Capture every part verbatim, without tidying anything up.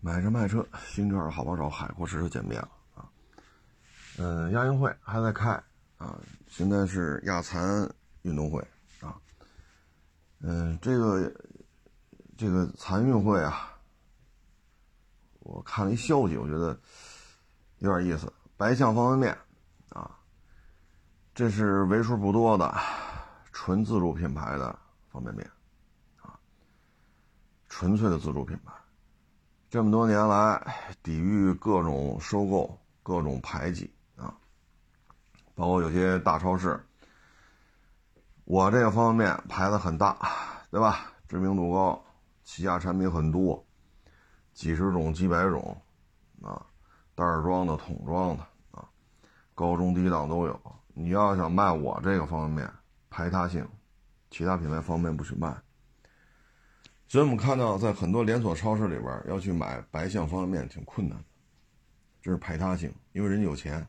买车卖车，新车好不好找？海阔试车见面了啊。嗯，亚运会还在开啊，现在是亚残运动会啊。嗯，这个这个残运会啊，我看了一消息，我觉得有点意思。白象方便面啊，这是为数不多的纯自主品牌的方便面啊，纯粹的自主品牌。这么多年来，抵御各种收购、各种排挤啊，包括有些大超市，我这个方便面牌子很大，对吧？知名度高，旗下产品很多，几十种、几百种啊，袋装的、桶装的啊，高中低档都有。你要想卖我这个方便面，排他性，其他品牌方便面不许卖。所以我们看到在很多连锁超市里边要去买白象方便面挺困难的，这是排他性，因为人家有钱，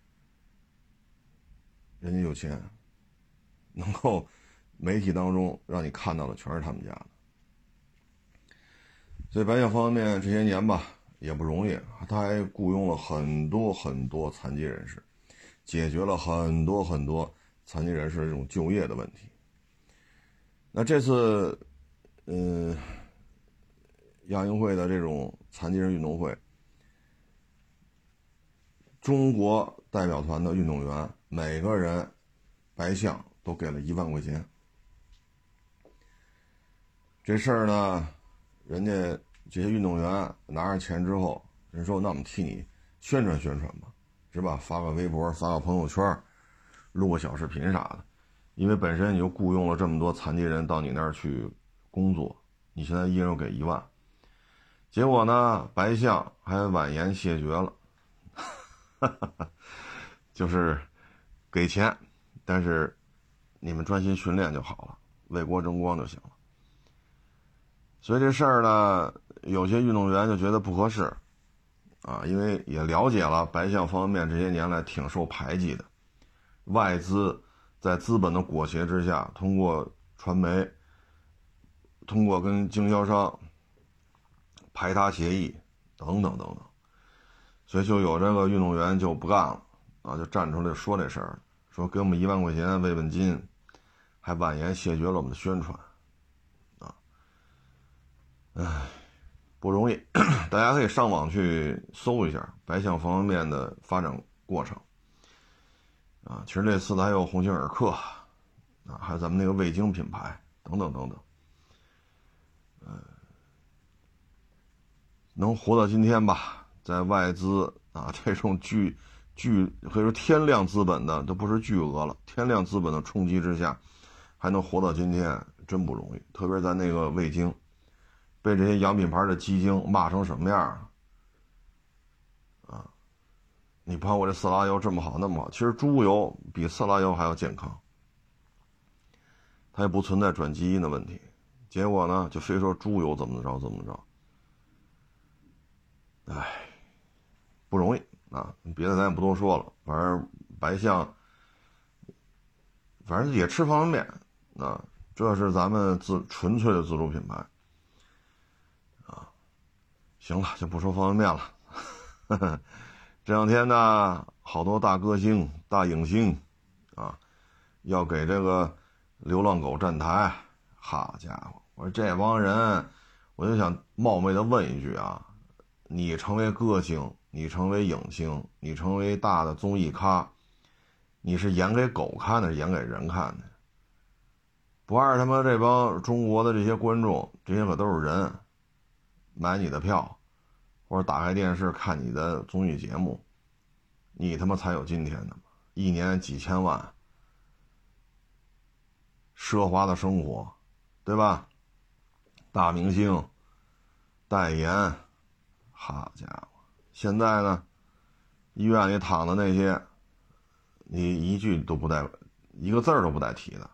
人家有钱，能够媒体当中让你看到的全是他们家的。所以白象方便面这些年吧也不容易，他还雇佣了很多很多残疾人士，解决了很多很多残疾人士这种就业的问题。那这次嗯，亚运会的这种残疾人运动会，中国代表团的运动员每个人白象都给了一万块钱。这事儿呢，人家这些运动员拿着钱之后，人说那我们替你宣传宣传吧，是吧？发个微博，发个朋友圈，录个小视频啥的。因为本身你就雇佣了这么多残疾人到你那儿去工作，你现在一人又给一万，结果呢，白象还婉言谢绝了，就是给钱，但是你们专心训练就好了，为国争光就行了。所以这事儿呢，有些运动员就觉得不合适啊，因为也了解了白象方便面这些年来挺受排挤的，外资在资本的裹挟之下，通过传媒，通过跟经销商排他协议等等等等，所以就有这个运动员就不干了啊，就站出来说这事儿，说给我们一万块钱慰问金，还婉言谢绝了我们的宣传啊，唉，不容易。大家可以上网去搜一下白象方便面的发展过程啊，其实类似的还有鸿星尔克啊，还有咱们那个味精品牌等等等等，呃，能活到今天吧，在外资啊这种巨巨可以说天量资本的都不是巨额了，天量资本的冲击之下，还能活到今天，真不容易。特别是在那个味精，被这些洋品牌的鸡精骂成什么样啊！你看我这色拉油这么好那么好，其实猪油比色拉油还要健康，它也不存在转基因的问题。结果呢，就非说猪油怎么着怎么着，唉，不容易啊！别的咱也不多说了，反正白象，反正也吃方便面啊，这是咱们自纯粹的自主品牌啊。行了，就不说方便面了。呵呵，这两天呢，好多大歌星、大影星啊，要给这个流浪狗站台。好家伙，我说这帮人，我就想冒昧的问一句啊，你成为歌星，你成为影星，你成为大的综艺咖，你是演给狗看的，是演给人看的？不二他妈这帮中国的这些观众，这些可都是人，买你的票，或者打开电视看你的综艺节目，你他妈才有今天的嘛！一年几千万，奢华的生活，对吧？大明星代言，好家伙！现在呢，医院里躺的那些，你一句都不带，一个字儿都不带提的。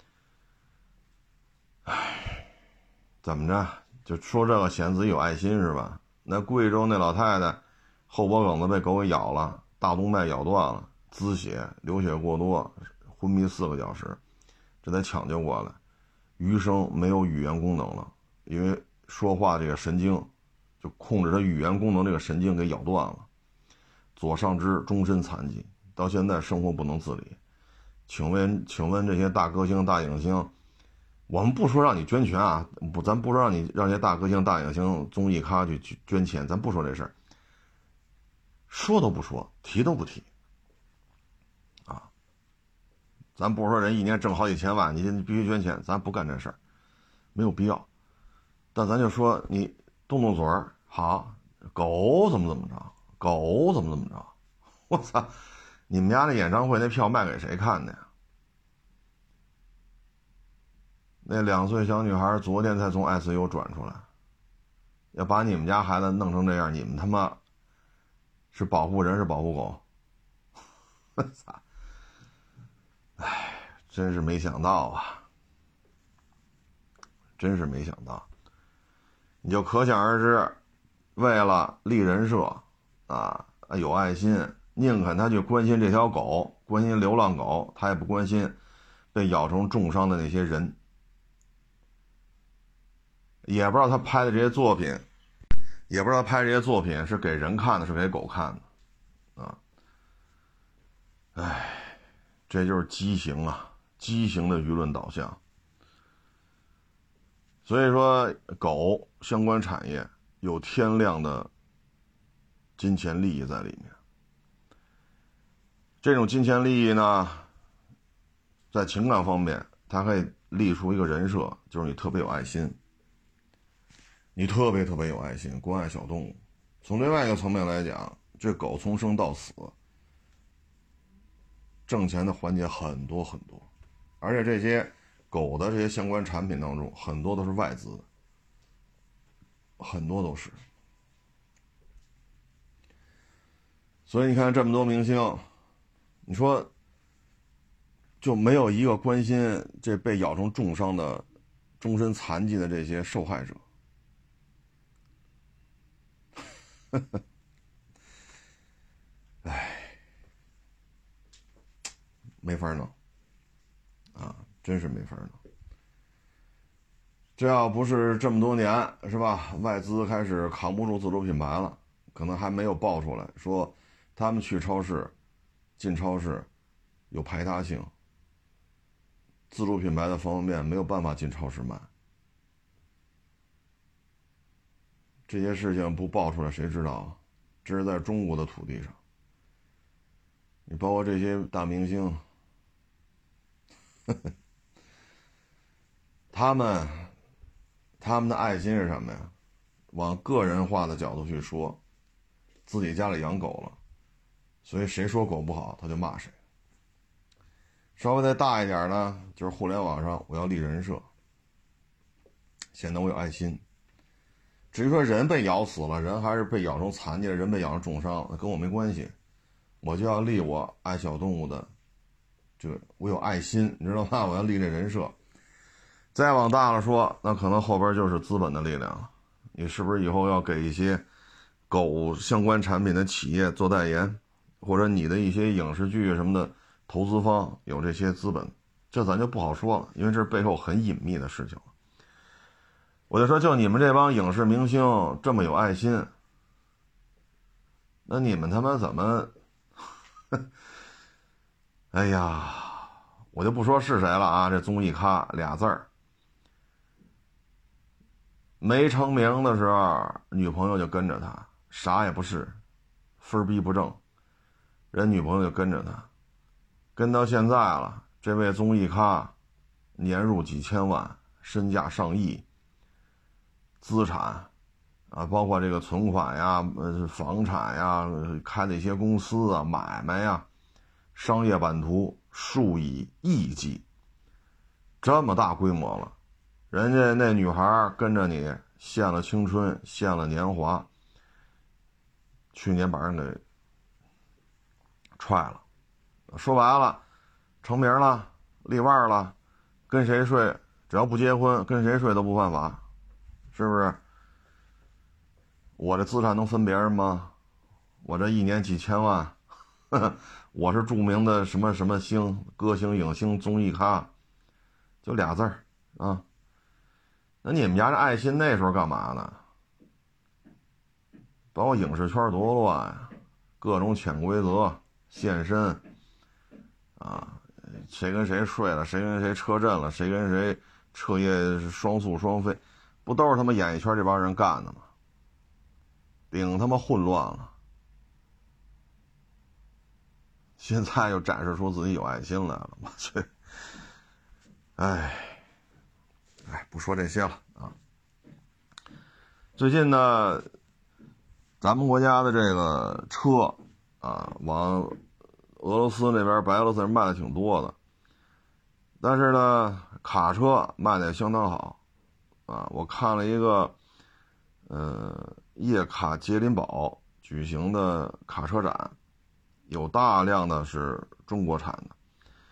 唉，怎么着？就说这个显自己有爱心是吧？那贵州那老太太后脖梗子被狗给咬了，大动脉咬断了，滋血，流血过多，昏迷四个小时，这才抢救过来，余生没有语言功能了，因为说话这个神经就控制他语言功能这个神经给咬断了，左上肢终身残疾，到现在生活不能自理。请问，请问这些大歌星、大影星，我们不说让你捐钱啊，不，咱不说让你让这些大歌星、大影星、综艺咖去捐钱，咱不说这事儿，说都不说，提都不提，啊，咱不是说人一年挣好几千万，你你必须捐钱，咱不干这事儿，没有必要。但咱就说你动动嘴儿，好，狗怎么怎么着，狗怎么怎么着，我操！你们家那演唱会那票卖给谁看的呀？那两岁小女孩昨天才从 I C U 转出来，要把你们家孩子弄成这样，你们他妈是保护人是保护狗？我操！哎，真是没想到啊，真是没想到。你就可想而知，为了立人设啊，有爱心，宁肯他去关心这条狗，关心流浪狗，他也不关心被咬成重伤的那些人。也不知道他拍的这些作品，也不知道拍这些作品是给人看的，是给狗看的，啊，哎，这就是畸形啊，畸形的舆论导向。所以说，狗相关产业有天量的金钱利益在里面。这种金钱利益呢，在情感方面，它可以立出一个人设，就是你特别有爱心，你特别特别有爱心，关爱小动物。从另外一个层面来讲，这狗从生到死，挣钱的环节很多很多，而且这些狗的这些相关产品当中，很多都是外资的，很多都是。所以你看这么多明星，你说就没有一个关心这被咬成重伤的、终身残疾的这些受害者？唉，没法弄啊，真是没法弄。这要不是这么多年，是吧？外资开始扛不住自主品牌了，可能还没有爆出来说他们去超市、进超市有排他性，自主品牌的方便面没有办法进超市卖。这些事情不爆出来，谁知道啊？这是在中国的土地上，你包括这些大明星，呵呵，他们他们的爱心是什么呀？往个人化的角度去说，自己家里养狗了，所以谁说狗不好，他就骂谁。稍微再大一点呢，就是互联网上我要立人设，显得我有爱心。至于说人被咬死了，人还是被咬成残疾了，人被咬成重伤，那跟我没关系，我就要立我爱小动物的，就我有爱心，你知道吧？我要立这人设。再往大了说，那可能后边就是资本的力量了。你是不是以后要给一些狗相关产品的企业做代言，或者你的一些影视剧什么的投资方有这些资本？这咱就不好说了，因为这是背后很隐秘的事情了。我就说，就你们这帮影视明星这么有爱心，那你们他妈怎么哎呀，我就不说是谁了啊，这综艺咖俩字儿，没成名的时候女朋友就跟着他，啥也不是，分逼不正，人女朋友就跟着他，跟到现在了，这位综艺咖年入几千万，身价上亿，资产啊，包括这个存款呀、呃、房产呀、开的一些公司啊、买卖呀，商业版图数以亿计，这么大规模了，人家那女孩跟着你献了青春，献了年华，去年把人给踹了。说白了，成名了，立腕了，跟谁睡，只要不结婚，跟谁睡都不犯法，是不是？我这资产能分别人吗？我这一年几千万，呵呵，我是著名的什么什么星，歌星、影星、综艺咖，就俩字儿啊。那你们家这爱心那时候干嘛呢？ 包括影视圈多乱呀，各种潜规则现身啊，谁跟谁睡了，谁跟谁车震了，谁跟谁彻夜双宿双飞，不都是他妈演艺圈这帮人干的吗？顶他妈混乱了，现在又展示出自己有爱心来了，我去，哎，哎，不说这些了啊。最近呢，咱们国家的这个车啊，往俄罗斯那边、白俄罗斯那边卖的挺多的，但是呢，卡车卖的也相当好啊。我看了一个，呃，叶卡捷琳堡举行的卡车展，有大量的是中国产的。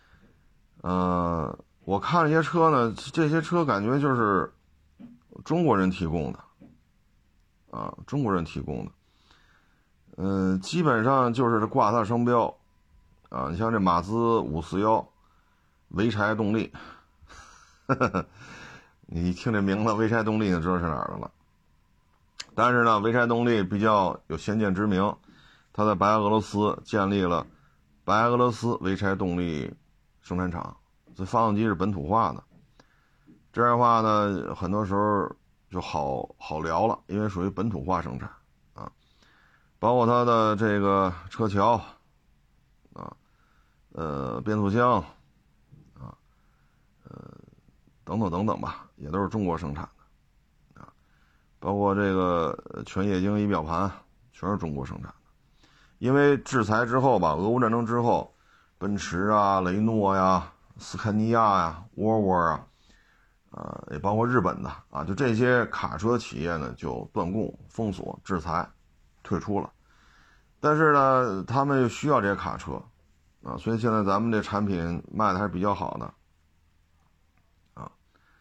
呃，我看了一些车呢，这些车感觉就是中国人提供的。啊，中国人提供的，嗯、呃，基本上就是挂它商标，啊，你像这马自五四幺，潍柴动力，呵呵，你一听这名字潍柴动力就知道是哪儿的了。但是呢，潍柴动力比较有先见之明，它在白俄罗斯建立了白俄罗斯潍柴动力生产厂，这发动机是本土化的，这样的话呢，很多时候就好好聊了，因为属于本土化生产啊，包括它的这个车桥啊，呃，变速箱啊，呃，等等等等吧，也都是中国生产的啊，包括这个全液晶仪表盘，全是中国生产的。因为制裁之后吧，俄乌战争之后，奔驰啊、雷诺呀、斯堪尼亚呀、沃尔沃啊。呃，也包括日本的啊，就这些卡车企业呢，就断供、封锁、制裁、退出了。但是呢，他们又需要这些卡车啊，所以现在咱们这产品卖的还是比较好的啊。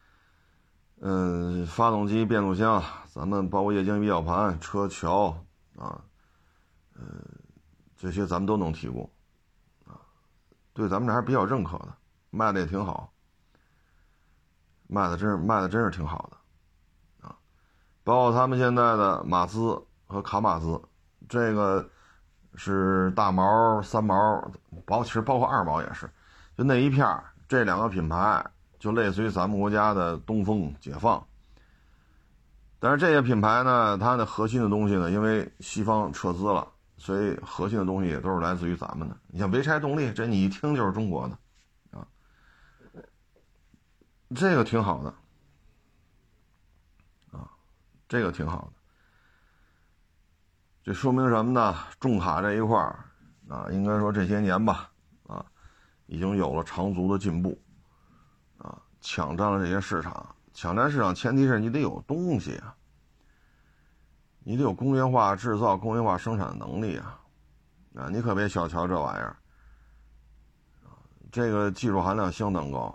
嗯，发动机、变速箱，咱们包括液晶仪表盘、车桥啊，呃，这些咱们都能提供啊，对咱们这还是比较认可的，卖的也挺好。卖的真是卖的真是挺好的，啊，包括他们现在的马自和卡马兹，这个是大毛、三毛，包其实包括二毛也是，就那一片这两个品牌就类似于咱们国家的东风、解放。但是这些品牌呢，它的核心的东西呢，因为西方撤资了，所以核心的东西也都是来自于咱们的。你像潍柴动力，这你一听就是中国的。这个挺好的啊，这个挺好的，这说明什么呢？重卡这一块儿啊，应该说这些年吧，啊，已经有了长足的进步，啊，抢占了这些市场。抢占市场前提是你得有东西啊，你得有工业化制造、工业化生产的能力啊，啊，你可别小瞧这玩意儿，这个技术含量相当高。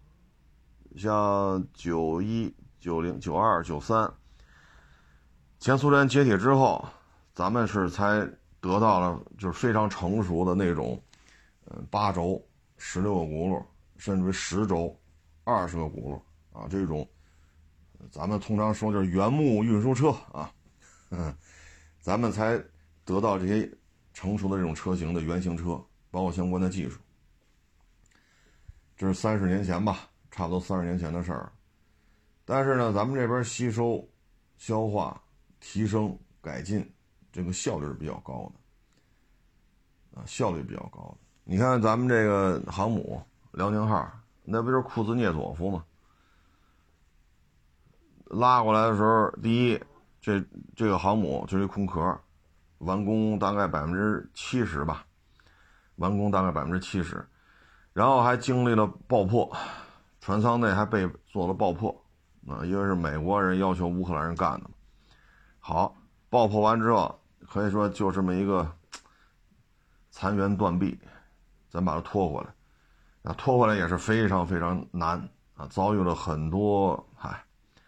像九一、九零、九二、九三，前苏联解体之后，咱们是才得到了就是非常成熟的那种，嗯，八轴、十六个轱辘，甚至于十轴、二十个轱辘啊，这种，咱们通常说就是原木运输车啊，嗯，咱们才得到这些成熟的这种车型的原型车，包括相关的技术。这是三十年前吧。差不多三十年前的事儿，但是呢，咱们这边吸收、消化、提升、改进，这个效率是比较高的，啊，效率比较高的。你看咱们这个航母辽宁号，那不就是库兹涅佐夫吗？拉过来的时候，第一，这这个航母就是一空壳，完工大概百分之七十吧，完工大概百分之七十，然后还经历了爆破。船舱内还被做了爆破啊，因为是美国人要求乌克兰人干的。好，爆破完之后，可以说就这么一个残垣断壁，咱把它拖回来。那拖回来也是非常非常难啊，遭遇了很多，嗨，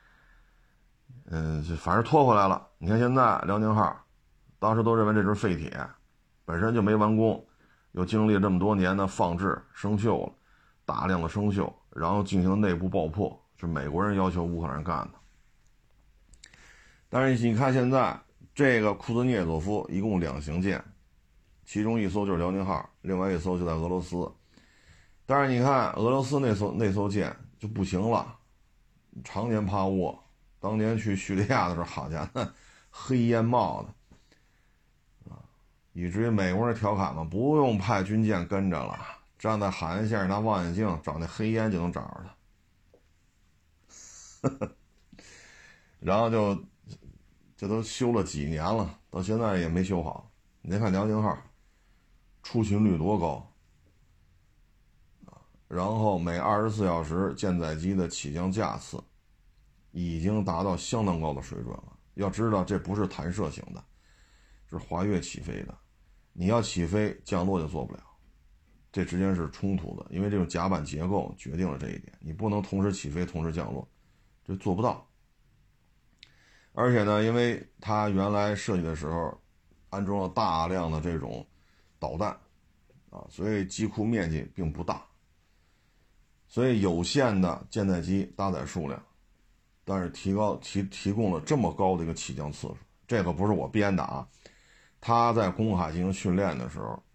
嗯，反正拖回来了。你看现在辽宁号，当时都认为这是废铁，本身就没完工，又经历了这么多年的放置生锈了，大量的生锈。然后进行内部爆破，是美国人要求乌克兰干的。但是你看现在这个库兹涅佐夫一共两型舰，其中一艘就是辽宁号，另外一艘就在俄罗斯。但是你看俄罗斯那艘那艘舰就不行了，常年趴窝。当年去叙利亚的时候，好家伙，黑烟冒的啊，以至于美国人调侃嘛，不用派军舰跟着了，站在海岸线拿望远镜找那黑烟就能找着它。然后就这都修了几年了，到现在也没修好。你再看辽宁号出勤率多高啊，然后每二十四小时舰载机的起降架次已经达到相当高的水准了。要知道这不是弹射型的，是滑跃起飞的，你要起飞降落就做不了，这之间是冲突的，因为这种甲板结构决定了这一点，你不能同时起飞同时降落，这做不到。而且呢，因为它原来设计的时候安装了大量的这种导弹啊，所以机库面积并不大，所以有限的舰载机搭载数量，但是提高提提供了这么高的一个起降次数，这个不是我编的啊。他在公海进行训练的时候，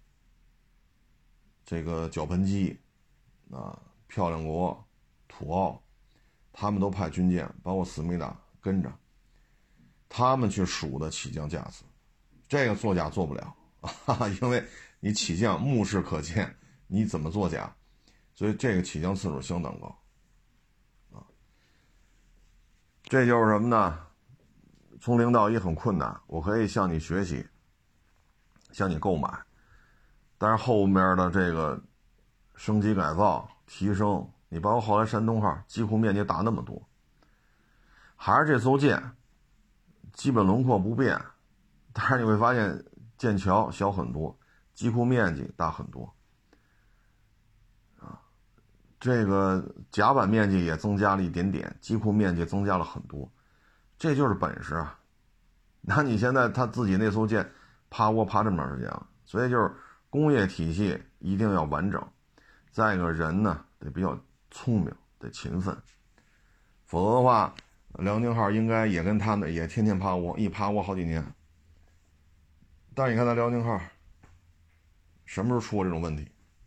这个脚盆机啊、漂亮国、土澳，他们都派军舰，包括思密达跟着。他们去数的起降架次，这个作假做不了啊，因为你起降目视可见，你怎么作假？所以这个起降次数相当高啊。这就是什么呢？从零到一很困难，我可以向你学习，向你购买，但是后面的这个升级改造提升，你包括后来山东号机库面积大那么多，还是这艘舰基本轮廓不变，但是你会发现舰桥小很多，机库面积大很多啊，这个甲板面积也增加了一点点，机库面积增加了很多，这就是本事啊。那你现在他自己那艘舰趴窝趴这么长时间了，所以就是工业体系一定要完整，再一个人呢得比较聪明，得勤奋，否则的话辽宁号应该也跟他们也天天趴窝，一趴窝好几年。但是你看咱辽宁号什么时候出过这种问题？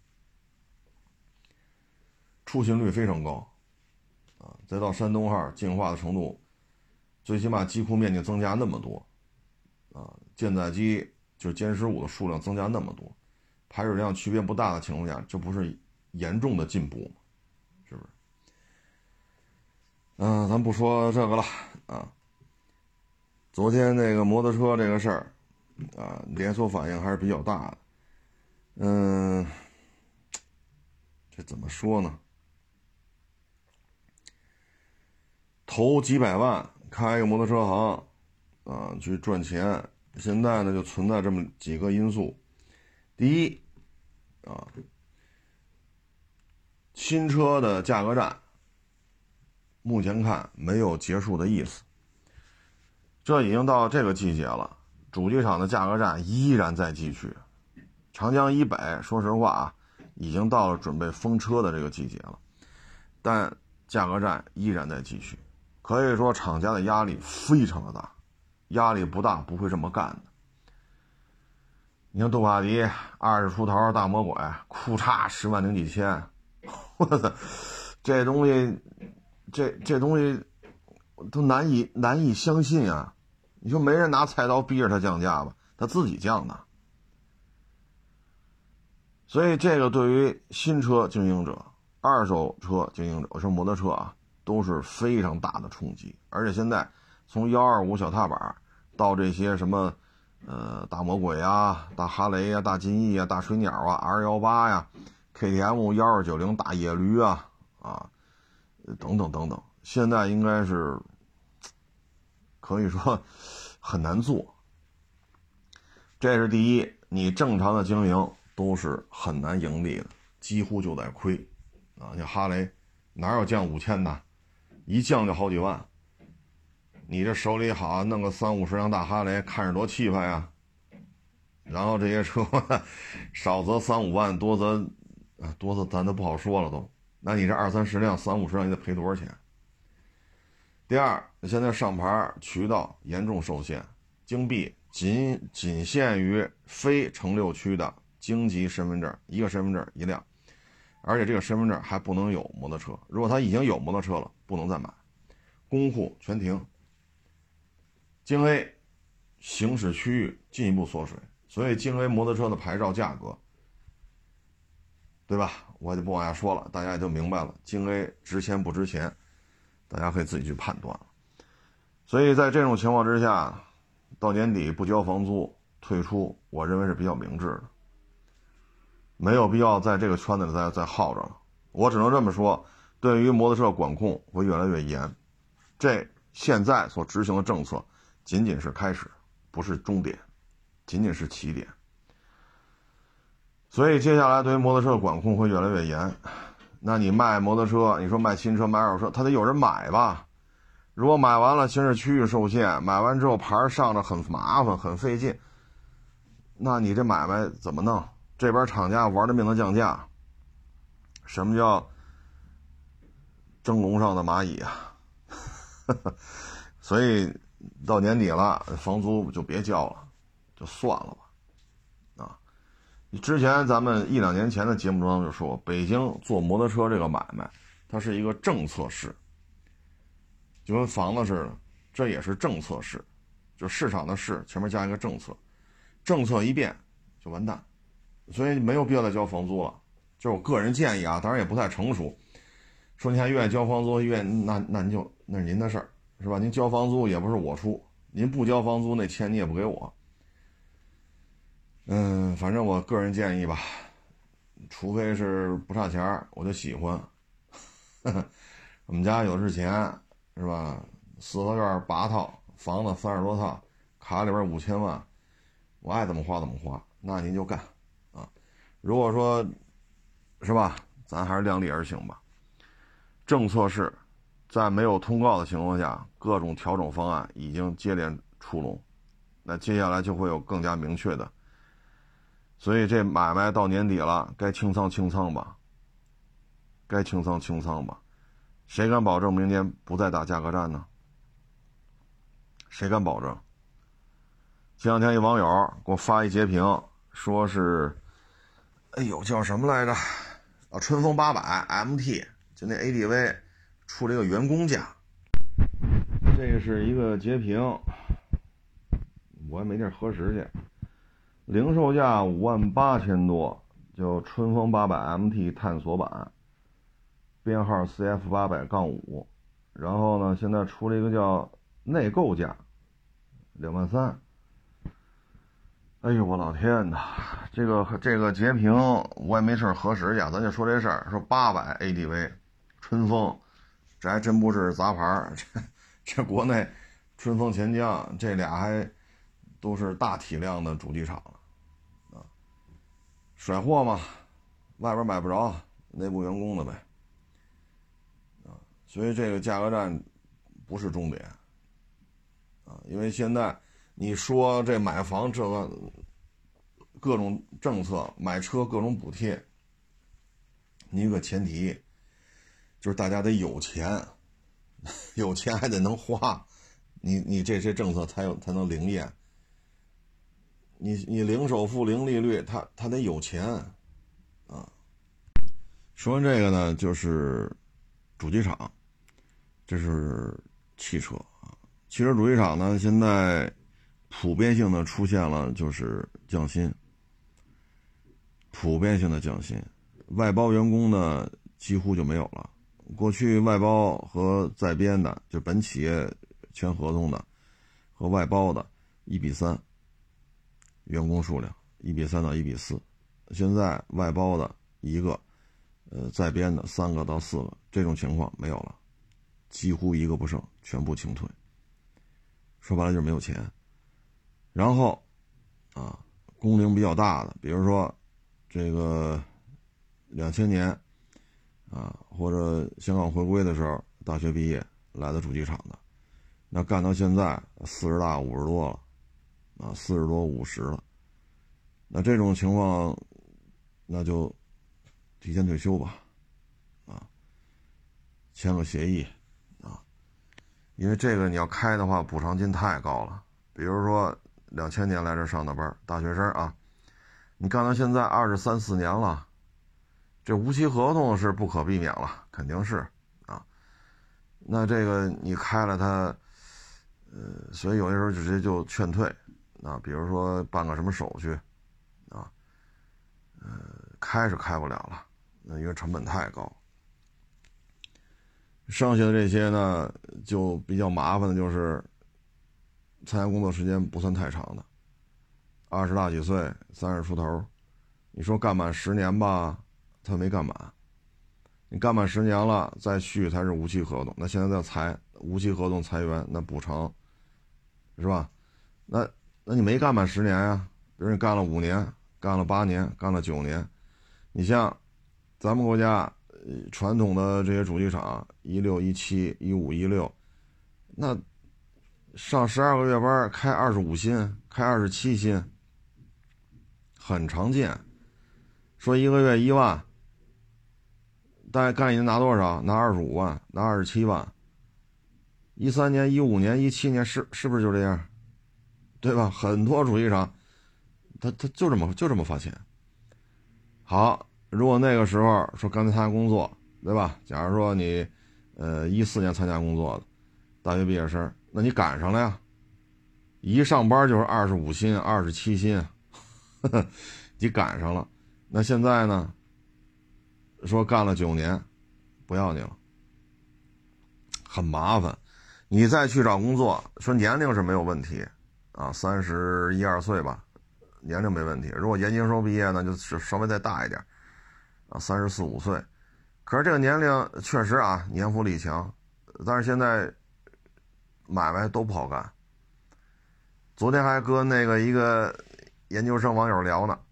出勤率非常高啊！再到山东号进化的程度，最起码机库面积增加那么多啊，舰载机就是歼十五的数量增加那么多，排水量区别不大的情况下，这不是严重的进步吗？是不是？嗯、呃，咱不说这个了啊。昨天那个摩托车这个事儿啊，连锁反应还是比较大的。嗯，这怎么说呢？投几百万开一个摩托车行啊，去赚钱，现在呢就存在这么几个因素。第一啊，新车的价格战目前看没有结束的意思，这已经到这个季节了，主机厂的价格战依然在继续。长江以北说实话啊，已经到了准备封车的这个季节了，但价格战依然在继续，可以说厂家的压力非常的大，压力不大不会这么干的。你看杜卡迪二十出头大魔鬼，库嚓十万零几千，我操，这东西这这东西都难以难以相信啊！你说没人拿菜刀逼着他降价吧，他自己降的。所以这个对于新车经营者、二手车经营者，我说摩托车啊，都是非常大的冲击。而且现在从一二五小踏板到这些什么呃大魔鬼啊、大哈雷啊、大金翼啊、大水鸟啊、R 一八呀、K T M 一二九零大野驴啊啊等等等等，现在应该是可以说很难做。这是第一，你正常的经营都是很难盈利的，几乎就在亏啊！像哈雷哪有降五千的，一降就好几万。你这手里好弄个三五十辆大哈雷，看着多气派啊！然后这些车少则三五万，多则多则咱都不好说了都。那你这二三十辆、三五十辆，你得赔多少钱？第二，现在上牌渠道严重受限， 京 B 仅仅限于非城六区的京籍身份证，一个身份证一辆，而且这个身份证还不能有摩托车，如果他已经有摩托车了，不能再买，公户全停。京 A 行驶区域进一步缩水，所以京 A 摩托车的牌照价格，对吧？我就不往下说了，大家也就明白了，京 A 值钱不值钱，大家可以自己去判断了。所以在这种情况之下，到年底不交房租退出，我认为是比较明智的，没有必要在这个圈子里再再耗着了。我只能这么说，对于摩托车管控会越来越严，这现在所执行的政策仅仅是开始，不是终点，仅仅是起点。所以接下来对于摩托车的管控会越来越严。那你卖摩托车，你说卖新车卖二手车，他得有人买吧？如果买完了行驶区域受限，买完之后牌上着很麻烦很费劲，那你这买卖怎么弄？这边厂家玩的命的降价。什么叫蒸笼上的蚂蚁啊？所以到年底了，房租就别交了，就算了吧。啊，之前咱们一两年前的节目中就说，北京做摩托车这个买卖，它是一个政策市，就跟房子似的，这也是政策市，就市场的市前面加一个政策，政策一变就完蛋，所以没有必要再交房租了。这是我个人建议啊，当然也不太成熟。说你还愿意交房租，愿意那那您就那是您的事儿，是吧？您交房租也不是我出，您不交房租那钱你也不给我。嗯，反正我个人建议吧，除非是不差钱我就喜欢。我们家有是钱，是吧？四合院八套，房子三十多套，卡里边五千万，我爱怎么花怎么花，那您就干啊。如果说，是吧？咱还是量力而行吧。政策是在没有通告的情况下，各种调整方案已经接连出笼，那接下来就会有更加明确的。所以这买卖到年底了，该清仓清仓吧，该清仓清仓吧。谁敢保证明年不再打价格战呢？谁敢保证？前两天一网友给我发一截屏，说是，哎呦叫什么来着？啊，春风八百 M T， 就那 A D V 出了一个员工价。这个是一个截屏，我也没地儿核实去。零售价五万八千多，叫春风八百 M T 探索版，编号 C F 八百杠五。然后呢，现在出了一个叫内购价，两万三。哎呦我老天哪，这个这个截屏我也没事核实一下，咱就说这事儿，说八百 A D V 春风，这还真不是杂牌，这这国内春风钱江这俩还都是大体量的主机厂啊，甩货嘛，外边买不着，内部员工的呗啊，所以这个价格战不是终点啊，因为现在你说这买房这个各种政策，买车各种补贴，你有个前提就是大家得有钱，有钱还得能花，你你这些政策才有才能灵验。你你零首付零利率，他他得有钱啊。说完这个呢，就是主机厂，这是汽车啊。汽车主机厂呢，现在普遍性的出现了就是降薪，普遍性的降薪，外包员工呢几乎就没有了。过去外包和在编的，就本企业签合同的和外包的一比三，员工数量一比三到一比四，现在外包的一个，呃，在编的三个到四个，这种情况没有了，几乎一个不剩，全部清退。说白了就是没有钱。然后啊，工龄比较大的，比如说这个两千年啊，或者香港回归的时候大学毕业来的主机厂的，那干到现在四十大五十多了啊，四十多五十了，那这种情况那就提前退休吧，啊，签个协议啊，因为这个你要开的话补偿金太高了比如说两千年来这上的班，大学生啊，你干到现在二十三四年了，这无期合同是不可避免了，肯定是啊。那这个你开了他，呃，所以有些时候直接就劝退啊，比如说办个什么手续啊，呃，开是开不了了，那因为成本太高。剩下的这些呢，就比较麻烦的就是参加工作时间不算太长的，二十大几岁，三十出头，你说干满十年吧，他没干满。你干满十年了再续才是无期合同，那现在在裁无期合同裁员，那补偿是吧？那那你没干满十年呀，比如你干了五年，干了八年，干了九年，你像咱们国家传统的这些主机厂，一六一七一五一六，那上十二个月班开二十五薪，开二十七薪，很常见。说一个月一万，大概干一年拿多少？拿二十五万，拿二十七万。一三年、一五年、一七年是是不是就这样？对吧？很多主机厂，他他就这么就这么发钱。好，如果那个时候说刚才参加工作，对吧？假如说你，呃，一四年参加工作的大学毕业生，那你赶上了呀，一上班就是二十五薪、二十七薪，呵呵，你赶上了。那现在呢？说干了九年，不要你了，很麻烦。你再去找工作，说年龄是没有问题啊，三十一二岁吧，年龄没问题。如果研究生毕业呢，就是稍微再大一点啊，三十四五岁。可是这个年龄确实啊，年富力强，但是现在买卖都不好干。昨天还跟那个一个研究生网友聊呢，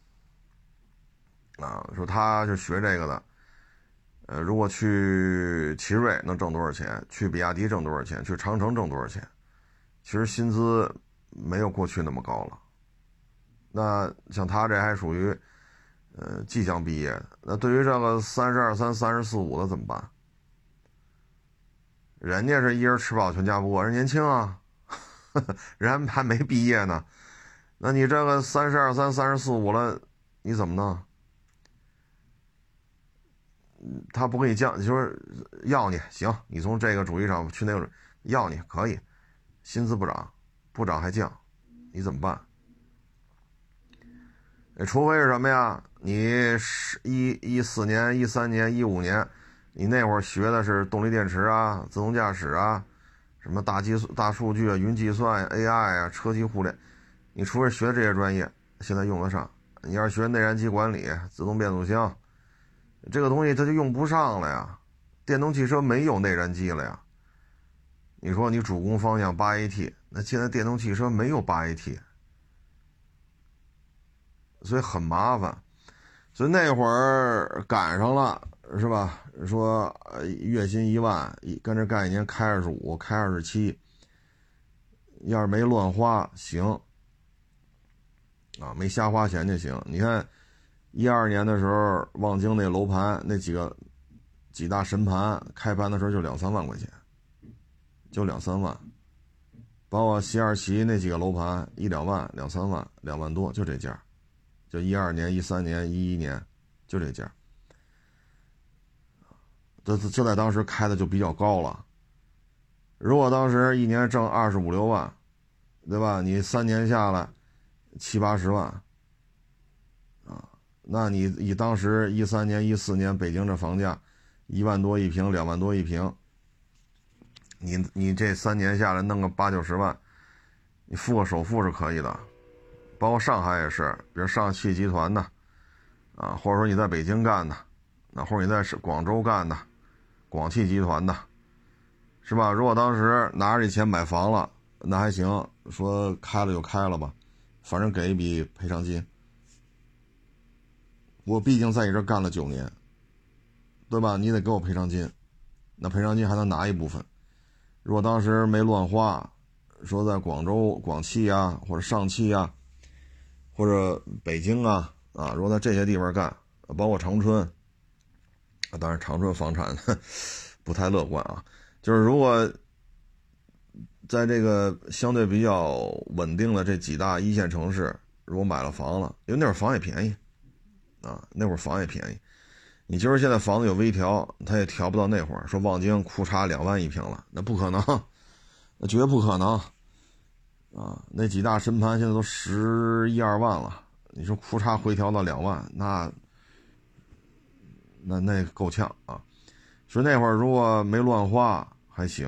啊，说他是学这个的，呃，如果去奇瑞能挣多少钱，去比亚迪挣多少钱，去长城挣多少钱，其实薪资没有过去那么高了。那像他这还属于呃即将毕业，那对于这个三十二三、三十四五的怎么办？人家是一人吃饱全家不饿，人年轻啊，呵呵，人还没毕业呢。那你这个三十二三、三十四五了，你怎么弄？他不给你降，就是要你行，你从这个主机厂去那个要你可以，薪资不涨，不涨还降，你怎么办？除非是什么呀？你一一四年、一三年、一五年，你那会儿学的是动力电池啊、自动驾驶啊、什么大计大数据啊、云计算、A I 啊、车机互联，你除非学这些专业，现在用得上。你要是学内燃机管理、自动变速箱，这个东西它就用不上了呀。电动汽车没有内燃机了呀。你说你主攻方向八 A T， 那现在电动汽车没有八 A T。所以很麻烦，所以那会儿赶上了，是吧？说呃月薪一万，跟着干一年开二十五，开二十七，要是没乱花行，啊，没瞎花钱就行。你看一二年的时候，望京那楼盘那几个几大神盘开盘的时候就两三万块钱，就两三万，包括西二旗那几个楼盘一两万、两三万、两万多，就这价。就一二年、一三年、一一年，就这价，这这在当时开的就比较高了。如果当时一年挣二十五六万，对吧？你三年下来七八十万，啊，那你以当时一三年、一四年北京这房价一万多一平、两万多一平，你你这三年下来弄个八九十万，你付个首付是可以的。包括上海也是，比如上汽集团的啊，或者说你在北京干的，啊，或者你在广州干的，广汽集团的，是吧？如果当时拿着这钱买房了，那还行，说开了就开了吧，反正给一笔赔偿金。我毕竟在你这干了九年，对吧？你得给我赔偿金，那赔偿金还能拿一部分。如果当时没乱花，说在广州广汽啊，或者上汽啊，或者北京啊啊，如果在这些地方干，包括长春，啊，当然长春房产不太乐观啊。就是如果在这个相对比较稳定的这几大一线城市，如果买了房了，因为那会儿房也便宜啊，那会儿房也便宜。你就是现在房子有微调，它也调不到那会儿。说望京库差两万一平了，那不可能，那绝不可能啊！那几大深盘现在都十一二万了，你说库差回调到两万，那那那够呛啊！所以那会儿如果没乱花还行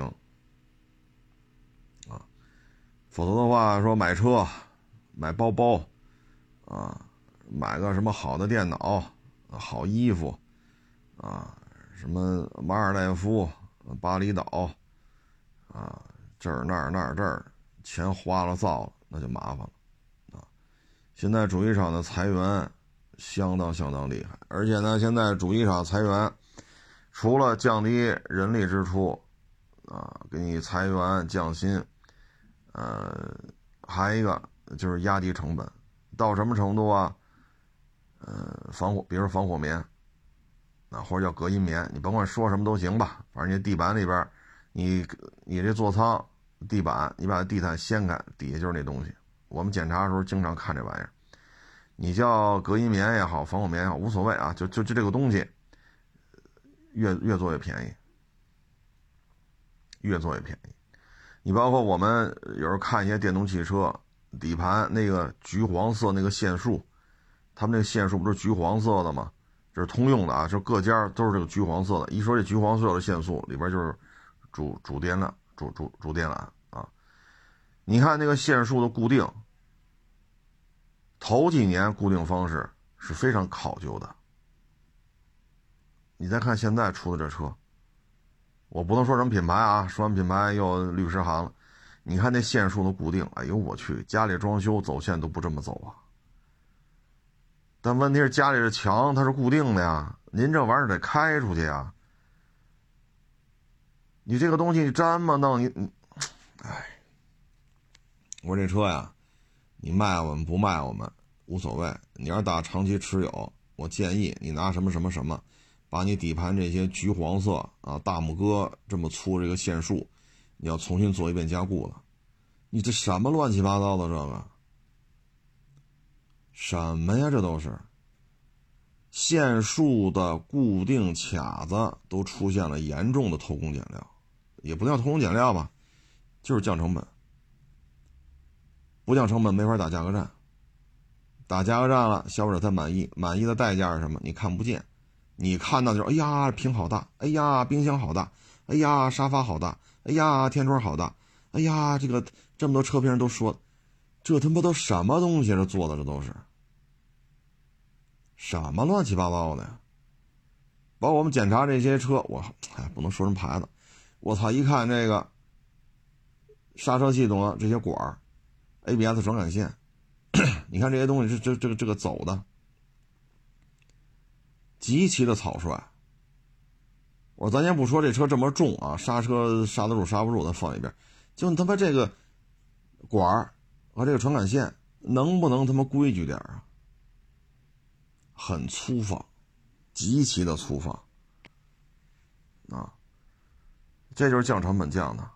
啊，否则的话说买车、买包包啊，买个什么好的电脑、好衣服。啊，什么马尔代夫、巴厘岛，啊，这儿那儿那儿这儿，钱花了造了，那就麻烦了，啊！现在主机厂的裁员相当相当厉害，而且呢，现在主机厂裁员，除了降低人力支出，啊，给你裁员降薪，呃，还一个就是压低成本，到什么程度啊？呃，防火，比如说防火棉。啊，或者叫隔音棉，你甭管说什么都行吧，反正你地板里边，你你这座舱地板，你把地毯掀开，底下就是那东西。我们检查的时候经常看这玩意儿，你叫隔音棉也好，防火棉也好，无所谓啊，就就就这个东西，越越做越便宜，越做越便宜。你包括我们有时候看一些电动汽车底盘那个橘黄色那个线束，他们那个线束不是橘黄色的吗？这是通用的啊，就各家都是这个橘黄色的。一说这橘黄色的线束里边就是主主电缆、主主主电缆啊。你看那个线束的固定，头几年固定方式是非常考究的。你再看现在出的这车，我不能说什么品牌啊，说完品牌又律师函了。你看那线束的固定，哎呦我去，家里装修走线都不这么走啊。但问题是家里的墙它是固定的呀，您这玩意儿得开出去呀。你这个东西你这么弄，你，哎，我说这车呀，你卖我们不卖我们无所谓。你要是打长期持有，我建议你拿什么什么什么，把你底盘这些橘黄色啊、大拇哥这么粗这个线束，你要重新做一遍加固了。你这什么乱七八糟的这个？什么呀？这都是线束的固定卡子都出现了严重的偷工减料，也不叫偷工减料吧，就是降成本。不降成本没法打价格战，打价格战了，消费者才满意。满意的代价是什么？你看不见，你看到就是哎呀屏好大，哎呀冰箱好大，哎呀沙发好大，哎呀天窗好大，哎呀这个这么多车评人都说，这他妈都什么东西？这做的这都是。什么乱七八糟的呀！包括我们检查这些车，我哎不能说什么牌子，我操！一看这个刹车系统啊，这些管儿 ，A B S 传感线，你看这些东西，这这这个这个走的极其的草率。我咱先不说这车这么重啊，刹车刹得住刹不住，咱放一边。就他妈这个管儿和这个传感线，能不能他妈规矩点啊？很粗放，极其的粗放啊！这就是降成本降的，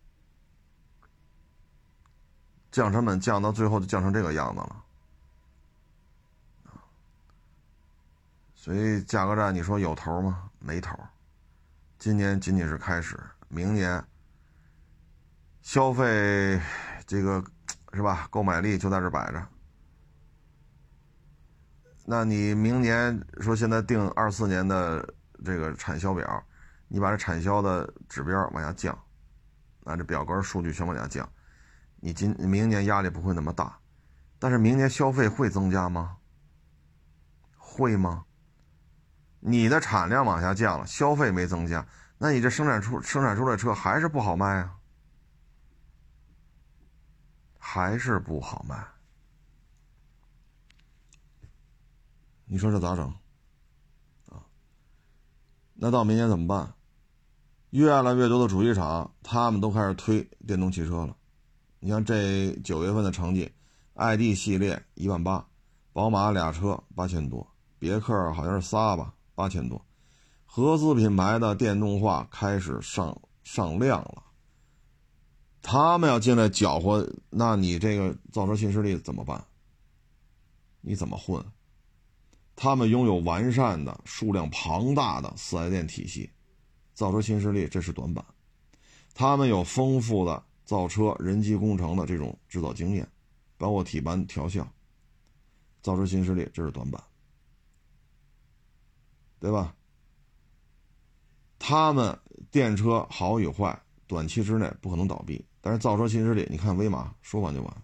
降成本降到最后就降成这个样子了啊！所以价格战你说有头吗？没头。今年仅仅是开始，明年消费这个是吧？购买力就在这摆着。那你明年说现在定二四年的这个产销表，你把这产销的指标往下降，按这表格数据全往下降，你今明年压力不会那么大，但是明年消费会增加吗？会吗？你的产量往下降了，消费没增加，那你这生产出生产出的车还是不好卖啊，还是不好卖。你说这咋整啊？那到明年怎么办？越来越多的主机厂他们都开始推电动汽车了。你看这九月份的成绩 ，I D 系列一万八，宝马俩车八千多，别克好像是仨吧，八千多。合资品牌的电动化开始上上量了， 他们要进来搅和，那你这个造车新势力怎么办？你怎么混？他们拥有完善的、数量庞大的 四 S 店体系，造车新势力这是短板。他们有丰富的造车人机工程的这种制造经验，包括体板调校，造车新势力这是短板，对吧？他们电车好与坏，短期之内不可能倒闭，但是造车新势力，你看威马说完就完。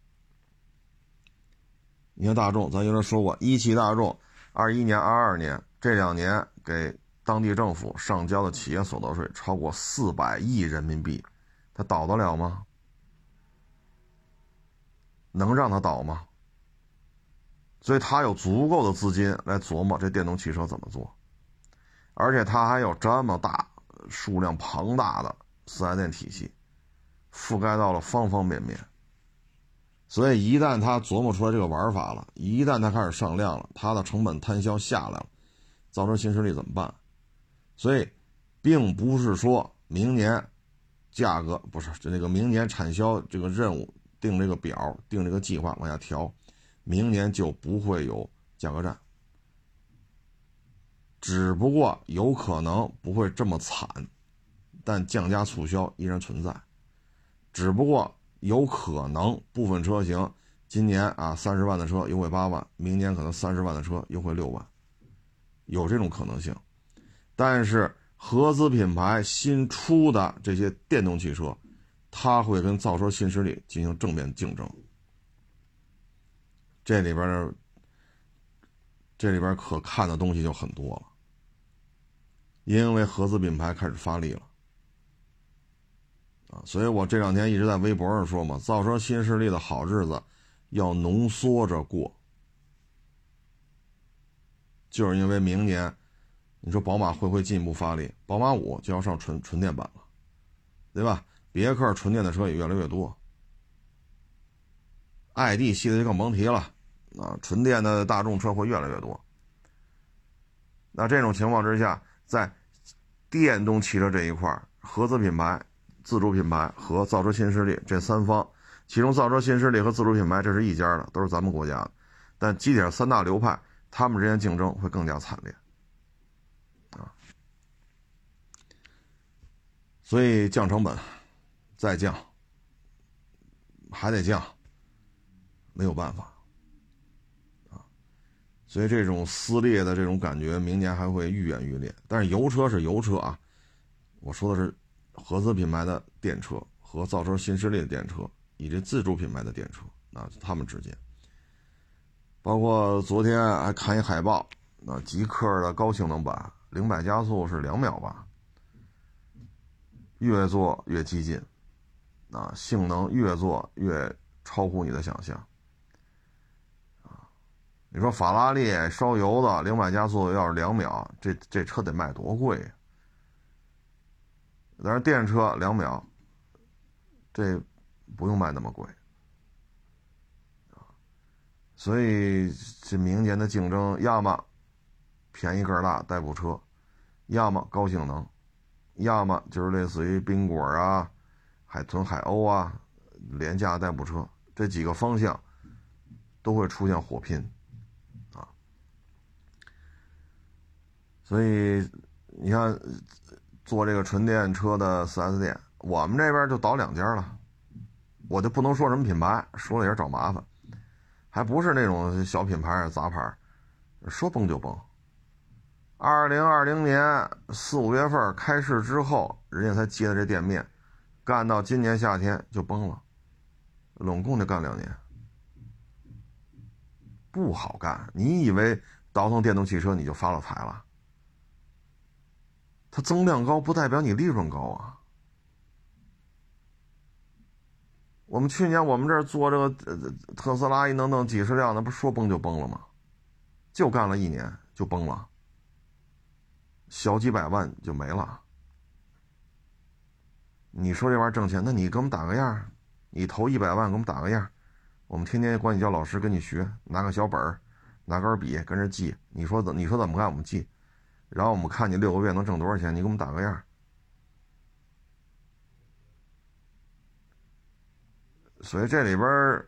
你看大众，咱有人说过，一汽大众二一年、二二年这两年给当地政府上交的企业所得税超过四百亿人民币，它倒得了吗？能让它倒吗？所以他有足够的资金来琢磨这电动汽车怎么做，而且他还有这么大数量庞大的 四 S 店体系，覆盖到了方方面面。所以一旦他琢磨出来这个玩法了，一旦他开始上量了，他的成本摊销下来了，造车新势力怎么办？所以并不是说明年价格不是这个明年产销这个任务定这个表定这个计划往下调，明年就不会有价格战，只不过有可能不会这么惨，但降价促销依然存在，只不过有可能部分车型今年啊三十万的车优惠八万，明年可能三十万的车优惠六万，有这种可能性。但是合资品牌新出的这些电动汽车，它会跟造车新势力进行正面竞争。这里边这里边可看的东西就很多了，因为合资品牌开始发力了。啊，所以我这两天一直在微博上说嘛，造车新势力的好日子要浓缩着过，就是因为明年你说宝马会不会进一步发力？宝马五就要上纯纯电版了，对吧？别克纯电的车也越来越多， I D 系的就更甭提了啊，纯电的大众车会越来越多。那这种情况之下，在电动汽车这一块，合资品牌、自主品牌和造车新势力这三方，其中造车新势力和自主品牌这是一家的，都是咱们国家的，但基点三大流派，他们之间竞争会更加惨烈啊。所以降成本，再降，还得降，没有办法啊。所以这种撕裂的这种感觉，明年还会愈演愈烈。但是油车是油车啊，我说的是合资品牌的电车和造车新势力的电车，以及自主品牌的电车，那他们之间，包括昨天还看一海报，那极客的高性能版零百加速是两秒吧，越做越激进，啊，性能越做越超乎你的想象，啊，你说法拉利烧油的零百加速要是两秒，这这车得卖多贵呀？但是电车两秒，这不用卖那么贵，所以这明年的竞争，要么便宜个大代步车，要么高性能，要么就是类似于宾果啊、海豚、海鸥啊廉价代步车，这几个方向都会出现火拼啊。所以你看做这个纯电车的 四 S 店，我们这边就倒两家了，我就不能说什么品牌，说了也是找麻烦，还不是那种小品牌杂牌，说崩就崩。二零二零年四五月份开市之后，人家才接的这店面，干到今年夏天就崩了，拢共就干两年，不好干。你以为倒腾电动汽车你就发了财了？它增量高不代表你利润高啊。我们去年我们这儿做这个、呃、特斯拉一弄弄几十辆，那不说崩就崩了吗？就干了一年就崩了，小几百万就没了。你说这玩意儿挣钱，那你给我们打个样，你投一百万给我们打个样，我们天天管你叫老师跟你学，拿个小本儿，拿根笔跟着记，你说怎你说怎么干我们记，然后我们看你六个月能挣多少钱，你给我们打个样。 所以这里边，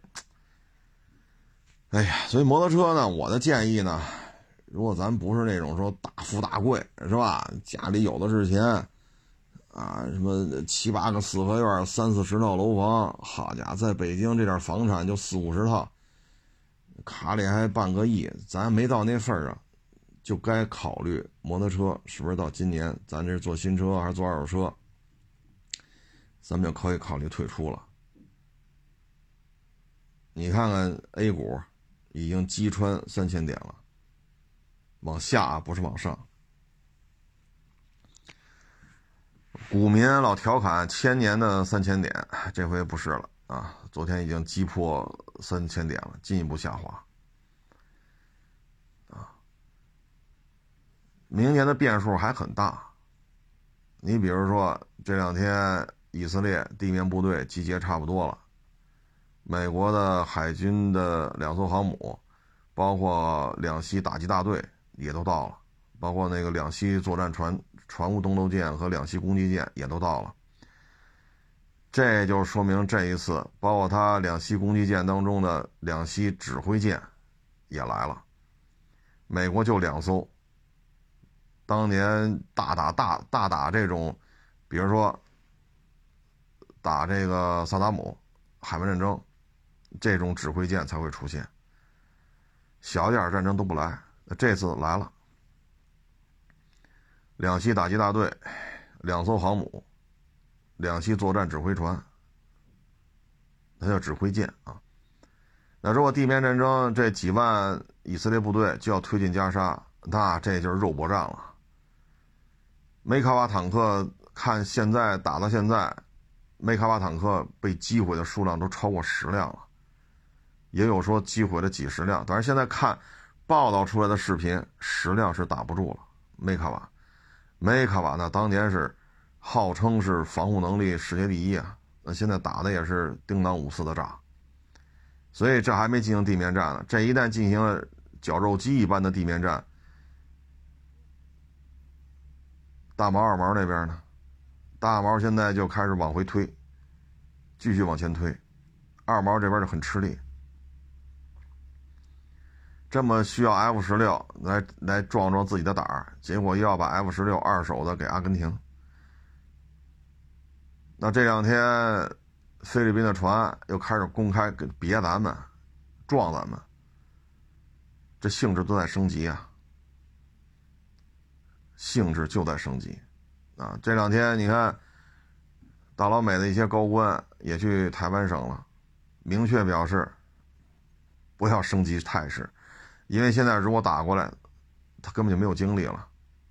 哎呀，所以摩托车呢，我的建议呢，如果咱不是那种说大富大贵是吧，家里有的是钱啊，什么七八个四合院，三四十套楼房，好家伙，在北京这点房产就四五十套，卡里还半个亿，咱没到那份儿上，就该考虑摩托车是不是到今年咱这是做新车还是做二手车，咱们就可以考虑退出了。你看看 A 股已经击穿三千点了，往下不是往上。股民老调侃千年的三千点，这回不是了啊！昨天已经击破三千点了，进一步下滑啊！明年的变数还很大。你比如说这两天以色列地面部队集结差不多了，美国的海军的两艘航母，包括两栖打击大队也都到了，包括那个两栖作战船船坞登陆舰和两栖攻击舰也都到了。这就说明这一次包括它两栖攻击舰当中的两栖指挥舰也来了，美国就两艘。当年大打大大打这种，比如说打这个萨达姆海湾战争，这种指挥舰才会出现，小一点战争都不来。这次来了，两栖打击大队，两艘航母，两栖作战指挥船，它叫指挥舰啊。那如果地面战争这几万以色列部队就要推进加沙，那这就是肉搏战了。梅卡瓦坦克看现在打到现在，梅卡瓦坦克被击毁的数量都超过十辆了，也有说击毁了几十辆，但是现在看报道出来的视频，十辆是打不住了。梅卡瓦，梅卡瓦呢，当年是号称是防护能力世界第一啊，那现在打的也是叮当五四的炸，所以这还没进行地面战呢。这一旦进行了绞肉机一般的地面战，大毛二毛那边呢？大毛现在就开始往回推，继续往前推，二毛这边就很吃力。这么需要 F 十六 来来壮壮自己的胆儿，结果又要把 F 十六 二手的给阿根廷。那这两天菲律宾的船又开始公开别咱们，撞咱们，这性质都在升级啊，性质就在升级啊！这两天你看，大老美的一些高官也去台湾省了，明确表示不要升级态势，因为现在如果打过来，他根本就没有精力了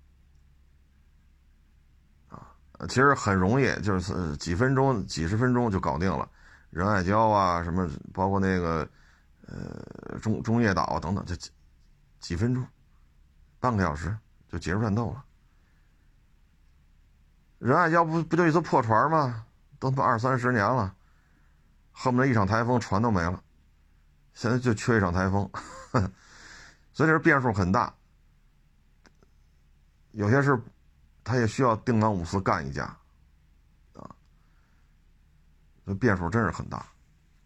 啊！其实很容易，就是几分钟、几十分钟就搞定了，仁爱礁啊，什么包括那个呃中中业岛啊等等，就几几分钟、半个小时就结束战斗了。仁爱礁不不就一艘破船吗？都他妈二三十年了，恨不得一场台风船都没了，现在就缺一场台风，所以这变数很大。有些事他也需要叮当五四干一架啊，这变数真是很大。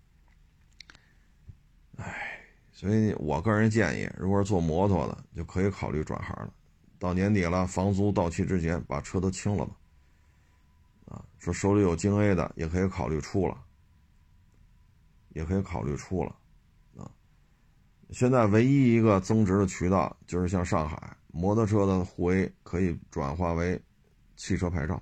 哎，所以我个人建议，如果是做摩托的，就可以考虑转行了。到年底了，房租到期之前把车都清了吧。啊，说手里有京 A 的也可以考虑出了，也可以考虑出了啊。现在唯一一个增值的渠道就是像上海摩托车的沪 A 可以转化为汽车牌照，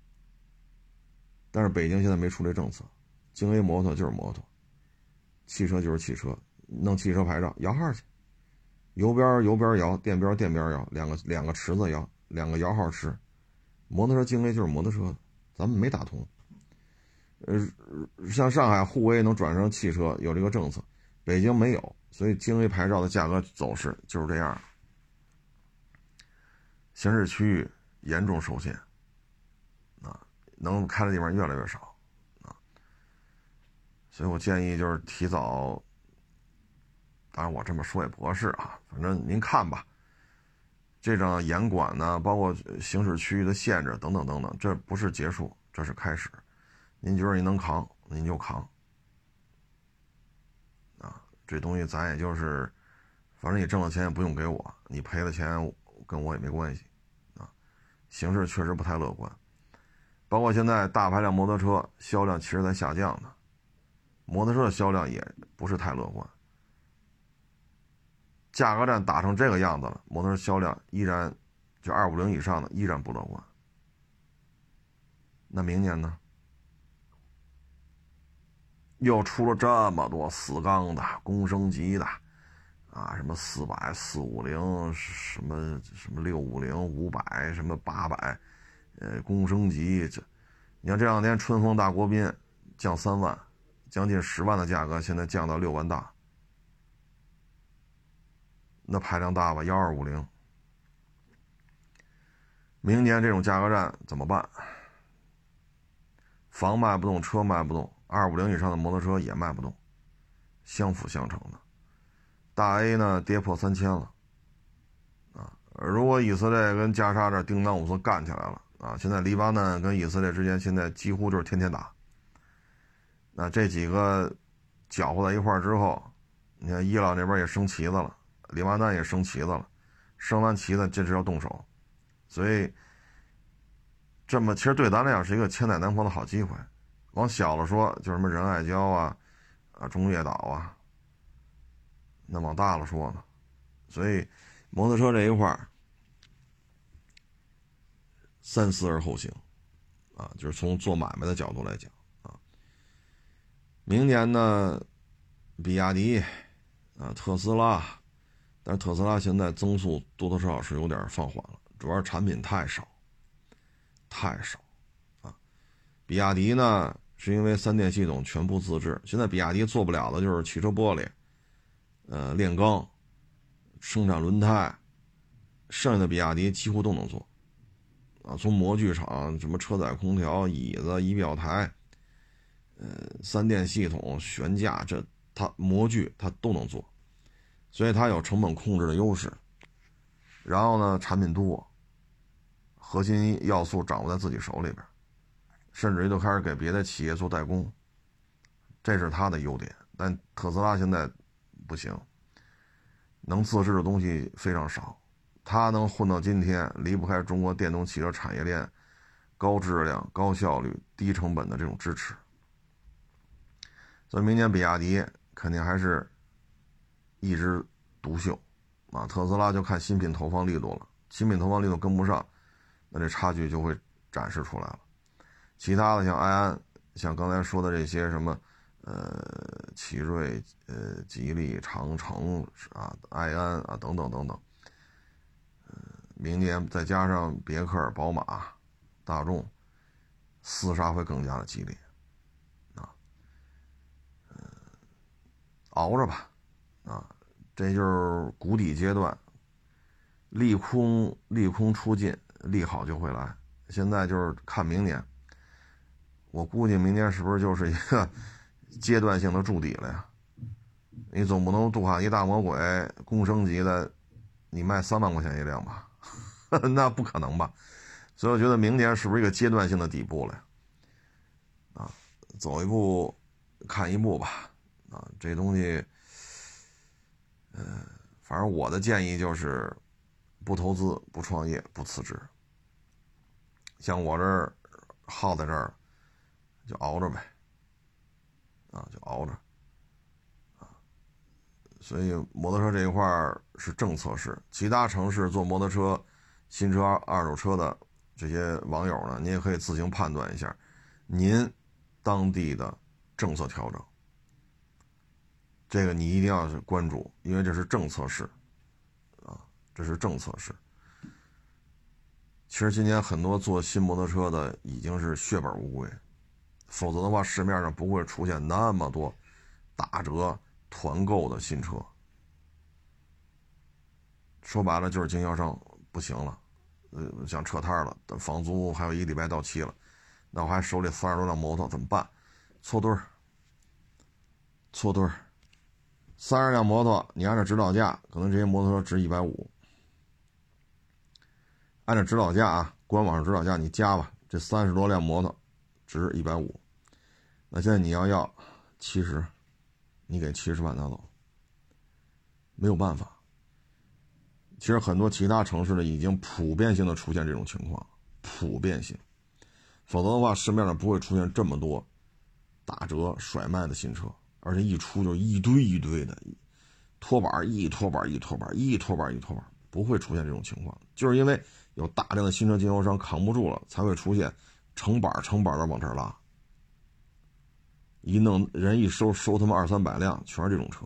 但是北京现在没出这政策，京 A 摩托就是摩托，汽车就是汽车，弄汽车牌照摇号去，游边游边摇，电边电边摇，两个两个池子摇，两个摇号池，摩托车京 A 就是摩托车的。咱们没打通，呃，像上海沪 A 能转成汽车有这个政策，北京没有，所以京 A 牌照的价格走势就是这样，行驶区域严重受限，啊，能开的地方越来越少，啊，所以我建议就是提早，当然我这么说也不合适啊，反正您看吧。这种严管呢，包括行驶区域的限制等等等等，这不是结束，这是开始。您觉得你能扛，您就扛， 这东西咱也就是，反正你挣了钱也不用给我，你赔了钱跟我也没关系啊。形势确实不太乐观，包括现在大排量摩托车销量其实在下降呢，摩托车的销量也不是太乐观。价格战打成这个样子了，摩托车销量依然就二五零以上的依然不乐观。那明年呢？又出了这么多四缸的、公升级的，啊，什么四百、四五零，什么什么六五零、五百，什么八百，呃，公升级。这，你看这两天春风大国宾降三万，将近十万的价格，现在降到六万大。那排量大吧，幺二五零。明年这种价格战怎么办？房卖不动，车卖不动，二五零以上的摩托车也卖不动，相辅相成的。大 A 呢跌破三千了，啊，如果以色列跟加沙这叮当五四干起来了啊，现在黎巴嫩跟以色列之间现在几乎就是天天打。那这几个搅和在一块儿之后，你看伊朗这边也升旗子了，黎巴嫩也升旗子了，升完旗子这是要动手，所以这么其实对咱来讲是一个千载难逢的好机会。往小了说就是什么仁爱礁啊啊中业岛啊，那往大了说呢，所以摩托车这一块三思而后行啊，就是从做买卖的角度来讲啊。明年呢，比亚迪啊、特斯拉，但是特斯拉现在增速多多少少是有点放缓了，主要是产品太少太少啊。比亚迪呢是因为三电系统全部自制，现在比亚迪做不了的就是汽车玻璃，呃，炼钢、生产轮胎，剩下的比亚迪几乎都能做啊。从模具厂、什么车载空调、椅子、仪表台，呃，三电系统、悬架，这它模具它都能做，所以它有成本控制的优势。然后呢，产品多，核心要素掌握在自己手里边，甚至于都开始给别的企业做代工，这是它的优点。但特斯拉现在不行，能自制的东西非常少，它能混到今天，离不开中国电动汽车产业链高质量、高效率、低成本的这种支持。所以明年比亚迪肯定还是一枝独秀啊，特斯拉就看新品投放力度了，新品投放力度跟不上，那这差距就会展示出来了。其他的像埃安，像刚才说的这些什么呃奇瑞、呃吉利、长城啊、埃安啊等等等等，呃，明年再加上别克、宝马、大众，厮杀会更加的激烈啊。呃，熬着吧啊，这就是谷底阶段，利空利空出尽，利好就会来。现在就是看明年，我估计明年是不是就是一个阶段性的筑底了呀？你总不能杜卡迪大魔鬼公升级的，你卖三万块钱一辆吧？那不可能吧？所以我觉得明年是不是一个阶段性的底部了呀？啊，走一步看一步吧。啊，这东西，呃，反正我的建议就是，不投资、不创业、不辞职。像我这儿耗在这儿，就熬着呗。啊，就熬着。所以摩托车这一块是政策市，其他城市做摩托车、新车、二手车的这些网友呢，您也可以自行判断一下，您当地的政策调整，这个你一定要是关注，因为这是政策市，啊，这是政策市。其实今年很多做新摩托车的已经是血本无归，否则的话，市面上不会出现那么多打折团购的新车。说白了就是经销商不行了，呃，想撤摊了，等房租还有一个礼拜到期了，那我还手里三十多辆摩托怎么办？搓堆儿，搓堆儿，三十辆摩托，你按照指导价，可能这些摩托车值一百五，按照指导价啊，官网上指导价你加吧，这三十多辆摩托值一百五，那现在你要要七十，你给七十万拿走， 没有办法。其实很多其他城市的已经普遍性的出现这种情况，普遍性，否则的话市面上不会出现这么多打折甩卖的新车，而且一出就一堆一堆的拖板，一拖板一拖板一拖板一拖板，不会出现这种情况，就是因为有大量的新车经销商扛不住了，才会出现成板成板的往这儿拉，一弄人一收收他妈二三百辆，全是这种车。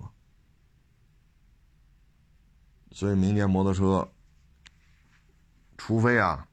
所以明年摩托车，除非啊，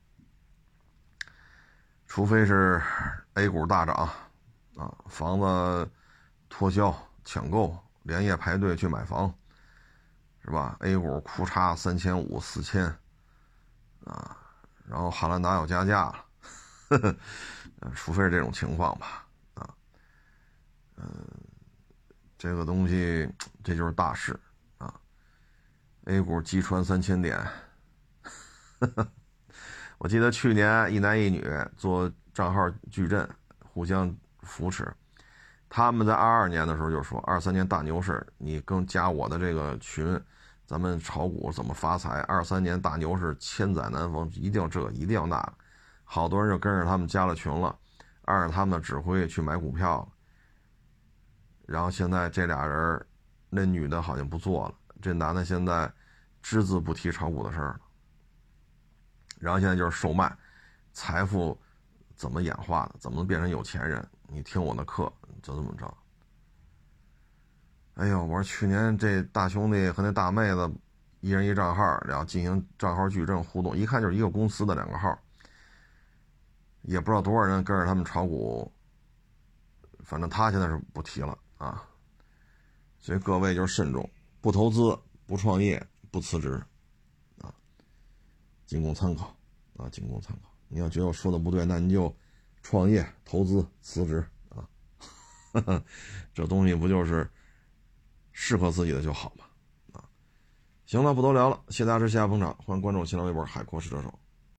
除非是 A 股大涨啊，房子脱销抢购，连夜排队去买房，是吧 ？A 股库差三千五四千啊，然后汉兰达要加价了，呵呵，除非是这种情况吧，啊，嗯、呃，这个东西这就是大势啊。A 股击穿三千点，呵呵，我记得去年一男一女做账号矩阵，互相扶持。他们在二二年的时候就说，二三年大牛市，你更加我的这个群，咱们炒股怎么发财？二三年大牛市千载难逢，一定这一定要那个。好多人就跟着他们加了群了，按照他们的指挥去买股票。然后现在这俩人，那女的好像不做了，这男的现在只字不提炒股的事儿了。然后现在就是售卖，财富怎么演化的，怎么变成有钱人？你听我的课就这么着。哎呦，我说去年这大兄弟和那大妹子一人一账号，然后进行账号矩阵互动，一看就是一个公司的两个号，也不知道多少人跟着他们炒股，反正他现在是不提了啊。所以各位就是慎重，不投资、不创业、不辞职啊，仅供参考啊，仅供参考。你要觉得我说的不对，那你就创业、投资、辞职啊，呵呵，这东西不就是适合自己的就好嘛啊。行了，不多聊了，谢谢大家支持，谢谢捧场，欢迎关注新浪微博海阔试车手。